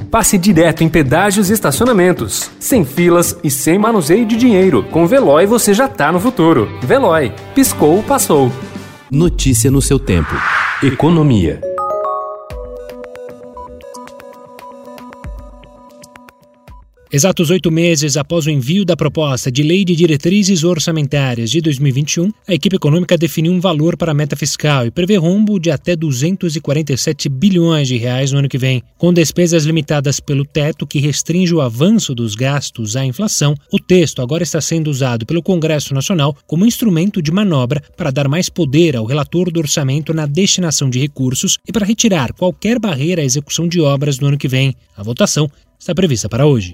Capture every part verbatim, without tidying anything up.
passe direto em pedágios e estacionamentos, sem filas e sem manuseio de dinheiro. Com Veloy você já tá no futuro. Veloy. Piscou, passou. Notícia no seu tempo. Economia. Exatos oito meses após o envio da proposta de Lei de Diretrizes Orçamentárias de dois mil e vinte e um, a equipe econômica definiu um valor para a meta fiscal e prevê rombo de até duzentos e quarenta e sete bilhões de reais no ano que vem. Com despesas limitadas pelo teto que restringe o avanço dos gastos à inflação, o texto agora está sendo usado pelo Congresso Nacional como instrumento de manobra para dar mais poder ao relator do orçamento na destinação de recursos e para retirar qualquer barreira à execução de obras no ano que vem. A votação está prevista para hoje.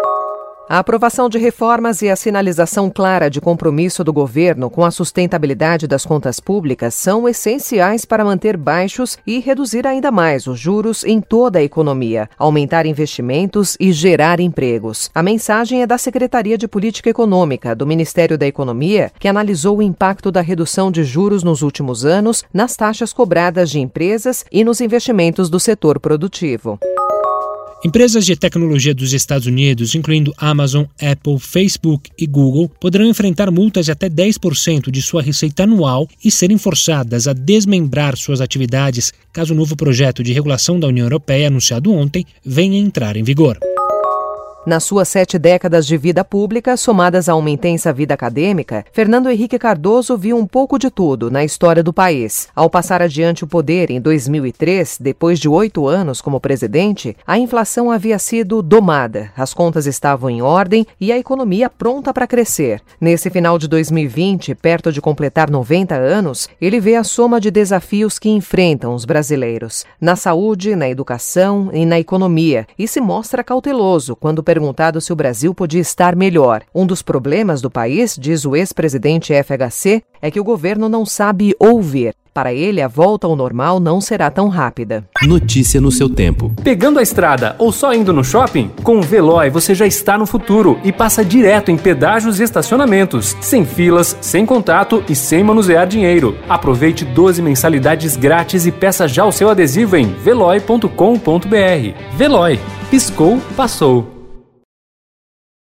A aprovação de reformas e a sinalização clara de compromisso do governo com a sustentabilidade das contas públicas são essenciais para manter baixos e reduzir ainda mais os juros em toda a economia, aumentar investimentos e gerar empregos. A mensagem é da Secretaria de Política Econômica do Ministério da Economia, que analisou o impacto da redução de juros nos últimos anos nas taxas cobradas de empresas e nos investimentos do setor produtivo. Empresas de tecnologia dos Estados Unidos, incluindo Amazon, Apple, Facebook e Google, poderão enfrentar multas de até dez por cento de sua receita anual e serem forçadas a desmembrar suas atividades caso o novo projeto de regulação da União Europeia, anunciado ontem, venha a entrar em vigor. Nas suas sete décadas de vida pública, somadas a uma intensa vida acadêmica, Fernando Henrique Cardoso viu um pouco de tudo na história do país. Ao passar adiante o poder em dois mil e três, depois de oito anos como presidente, a inflação havia sido domada, as contas estavam em ordem e a economia pronta para crescer. Nesse final de dois mil e vinte, perto de completar noventa anos, ele vê a soma de desafios que enfrentam os brasileiros, na saúde, na educação e na economia, e se mostra cauteloso quando perguntado se o Brasil podia estar melhor. Um dos problemas do país, diz o ex-presidente F H C, é que o governo não sabe ouvir. Para ele, a volta ao normal não será tão rápida. Notícia no seu tempo. Pegando a estrada ou só indo no shopping? Com o Veloy você já está no futuro e passa direto em pedágios e estacionamentos, sem filas, sem contato e sem manusear dinheiro. Aproveite doze mensalidades grátis e peça já o seu adesivo em veloy ponto com ponto br. Veloy. Piscou, passou.